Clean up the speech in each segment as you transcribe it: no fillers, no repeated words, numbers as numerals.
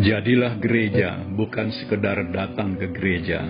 Jadilah gereja, bukan sekedar datang ke gereja.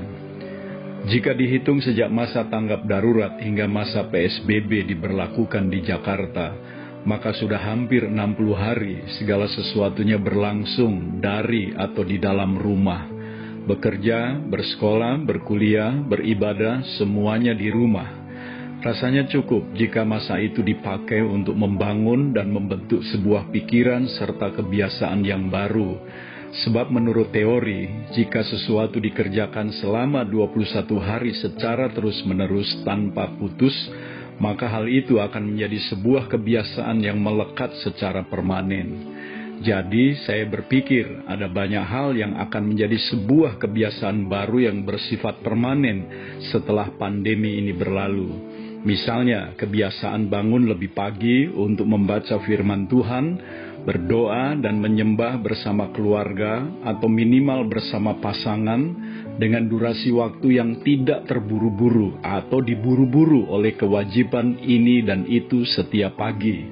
Jika dihitung sejak masa tanggap darurat hingga masa PSBB diberlakukan di Jakarta, maka sudah hampir 60 hari segala sesuatunya berlangsung dari atau di dalam rumah. Bekerja, bersekolah, berkuliah, beribadah, semuanya di rumah. Rasanya cukup jika masa itu dipakai untuk membangun dan membentuk sebuah pikiran serta kebiasaan yang baru. Sebab menurut teori, jika sesuatu dikerjakan selama 21 hari secara terus-menerus tanpa putus, maka hal itu akan menjadi sebuah kebiasaan yang melekat secara permanen. Jadi saya berpikir ada banyak hal yang akan menjadi sebuah kebiasaan baru yang bersifat permanen setelah pandemi ini berlalu. Misalnya kebiasaan bangun lebih pagi untuk membaca firman Tuhan, berdoa dan menyembah bersama keluarga atau minimal bersama pasangan dengan durasi waktu yang tidak terburu-buru atau diburu-buru oleh kewajiban ini dan itu setiap pagi.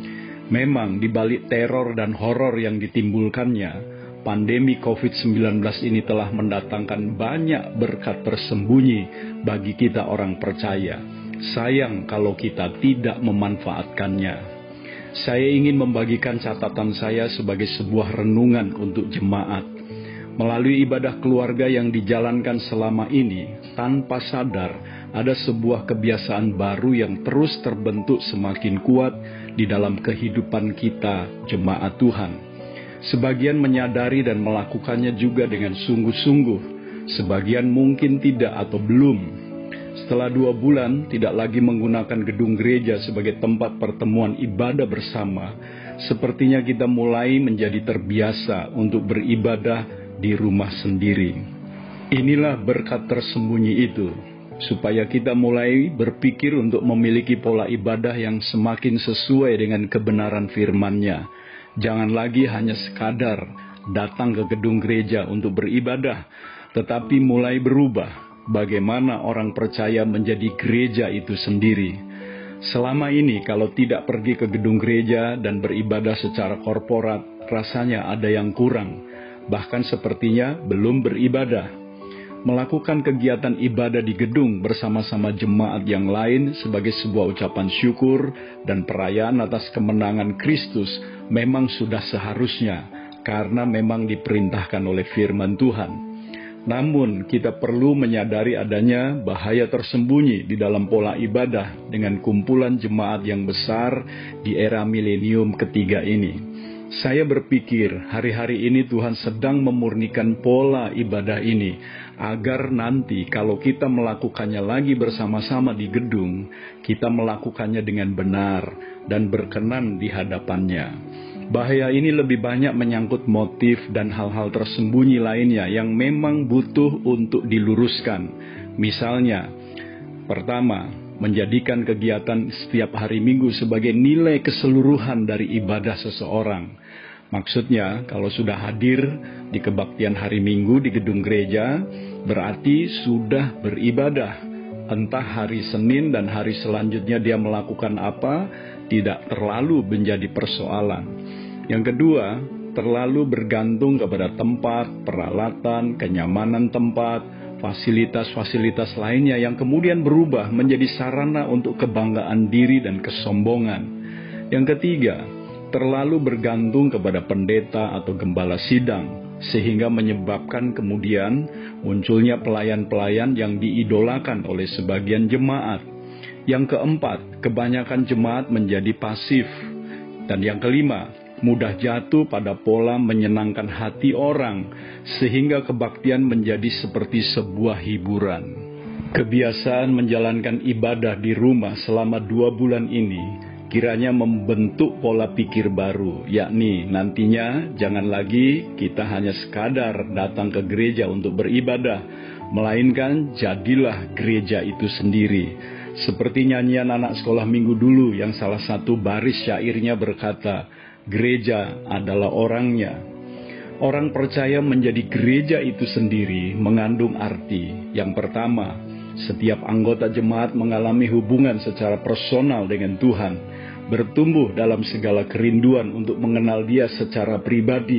Memang di balik teror dan horor yang ditimbulkannya, pandemi COVID-19 ini telah mendatangkan banyak berkat tersembunyi bagi kita orang percaya. Sayang kalau kita tidak memanfaatkannya. Saya ingin membagikan catatan saya sebagai sebuah renungan untuk jemaat. Melalui ibadah keluarga yang dijalankan selama ini, tanpa sadar ada sebuah kebiasaan baru yang terus terbentuk semakin kuat di dalam kehidupan kita, jemaat Tuhan. Sebagian menyadari dan melakukannya juga dengan sungguh-sungguh, sebagian mungkin tidak atau belum. Setelah 2 bulan tidak lagi menggunakan gedung gereja sebagai tempat pertemuan ibadah bersama, sepertinya kita mulai menjadi terbiasa untuk beribadah di rumah sendiri. Inilah berkat tersembunyi itu, supaya kita mulai berpikir untuk memiliki pola ibadah yang semakin sesuai dengan kebenaran firman-Nya. Jangan lagi hanya sekadar datang ke gedung gereja untuk beribadah, tetapi mulai berubah. Bagaimana orang percaya menjadi gereja itu sendiri. Selama ini kalau tidak pergi ke gedung gereja dan beribadah secara korporat, rasanya ada yang kurang. Bahkan sepertinya belum beribadah. Melakukan kegiatan ibadah di gedung bersama-sama jemaat yang lain sebagai sebuah ucapan syukur dan perayaan atas kemenangan Kristus memang sudah seharusnya, karena memang diperintahkan oleh firman Tuhan. Namun, kita perlu menyadari adanya bahaya tersembunyi di dalam pola ibadah dengan kumpulan jemaat yang besar di era milenium ketiga ini. Saya berpikir hari-hari ini Tuhan sedang memurnikan pola ibadah ini, agar nanti kalau kita melakukannya lagi bersama-sama di gedung, kita melakukannya dengan benar dan berkenan di hadapannya. Bahaya ini lebih banyak menyangkut motif dan hal-hal tersembunyi lainnya yang memang butuh untuk diluruskan. Misalnya, pertama, menjadikan kegiatan setiap hari Minggu sebagai nilai keseluruhan dari ibadah seseorang. Maksudnya, kalau sudah hadir di kebaktian hari Minggu di gedung gereja, berarti sudah beribadah. Entah hari Senin dan hari selanjutnya dia melakukan apa, tidak terlalu menjadi persoalan. Yang kedua, terlalu bergantung kepada tempat, peralatan, kenyamanan tempat, fasilitas-fasilitas lainnya yang kemudian berubah menjadi sarana untuk kebanggaan diri dan kesombongan. Yang ketiga, terlalu bergantung kepada pendeta atau gembala sidang, sehingga menyebabkan kemudian munculnya pelayan-pelayan yang diidolakan oleh sebagian jemaat. Yang keempat, kebanyakan jemaat menjadi pasif. Dan yang kelima, mudah jatuh pada pola menyenangkan hati orang, sehingga kebaktian menjadi seperti sebuah hiburan. Kebiasaan menjalankan ibadah di rumah selama 2 bulan ini kiranya membentuk pola pikir baru, yakni nantinya jangan lagi kita hanya sekadar datang ke gereja untuk beribadah, melainkan jadilah gereja itu sendiri. Seperti nyanyian anak sekolah minggu dulu yang salah satu baris syairnya berkata, gereja adalah orangnya. Orang percaya menjadi gereja itu sendiri mengandung arti. Yang pertama, setiap anggota jemaat mengalami hubungan secara personal dengan Tuhan, bertumbuh dalam segala kerinduan untuk mengenal Dia secara pribadi,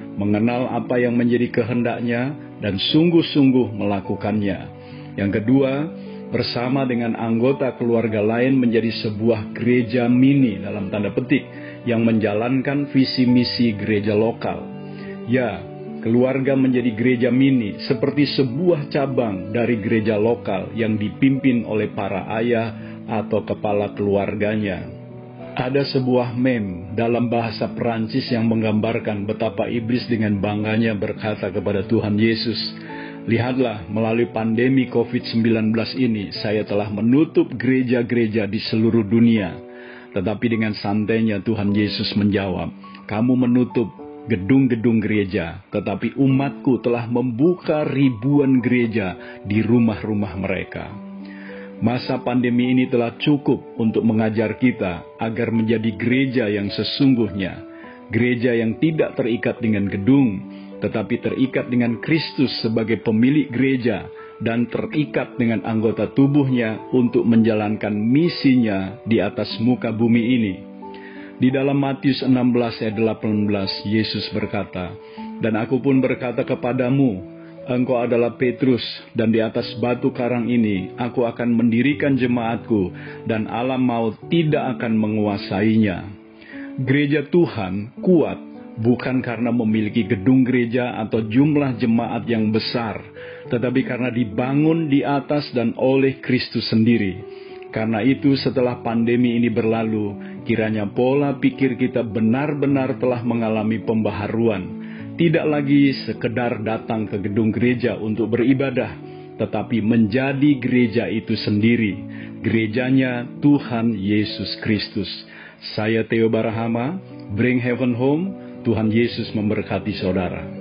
mengenal apa yang menjadi kehendaknya, dan sungguh-sungguh melakukannya. Yang kedua, bersama dengan anggota keluarga lain menjadi sebuah gereja mini dalam tanda petik yang menjalankan visi misi gereja lokal. Ya, keluarga menjadi gereja mini seperti sebuah cabang dari gereja lokal yang dipimpin oleh para ayah atau kepala keluarganya. Ada sebuah meme dalam bahasa Perancis yang menggambarkan betapa iblis dengan bangganya berkata kepada Tuhan Yesus, "Lihatlah, melalui pandemi COVID-19 ini, saya telah menutup gereja-gereja di seluruh dunia." Tetapi dengan santainya Tuhan Yesus menjawab, "Kamu menutup gedung-gedung gereja, tetapi umatku telah membuka ribuan gereja di rumah-rumah mereka." Masa pandemi ini telah cukup untuk mengajar kita agar menjadi gereja yang sesungguhnya, gereja yang tidak terikat dengan gedung, tetapi terikat dengan Kristus sebagai pemilik gereja dan terikat dengan anggota tubuhnya untuk menjalankan misinya di atas muka bumi ini. Di dalam Matius 16 ayat 18, Yesus berkata, "Dan aku pun berkata kepadamu, engkau adalah Petrus, dan di atas batu karang ini aku akan mendirikan jemaatku, dan alam maut tidak akan menguasainya." Gereja Tuhan kuat bukan karena memiliki gedung gereja atau jumlah jemaat yang besar, tetapi karena dibangun di atas dan oleh Kristus sendiri. Karena itu setelah pandemi ini berlalu, kiranya pola pikir kita benar-benar telah mengalami pembaharuan. Tidak lagi sekedar datang ke gedung gereja untuk beribadah, tetapi menjadi gereja itu sendiri, gerejanya Tuhan Yesus Kristus. Saya Theo Barahama, Bring Heaven Home. Tuhan Yesus memberkati saudara.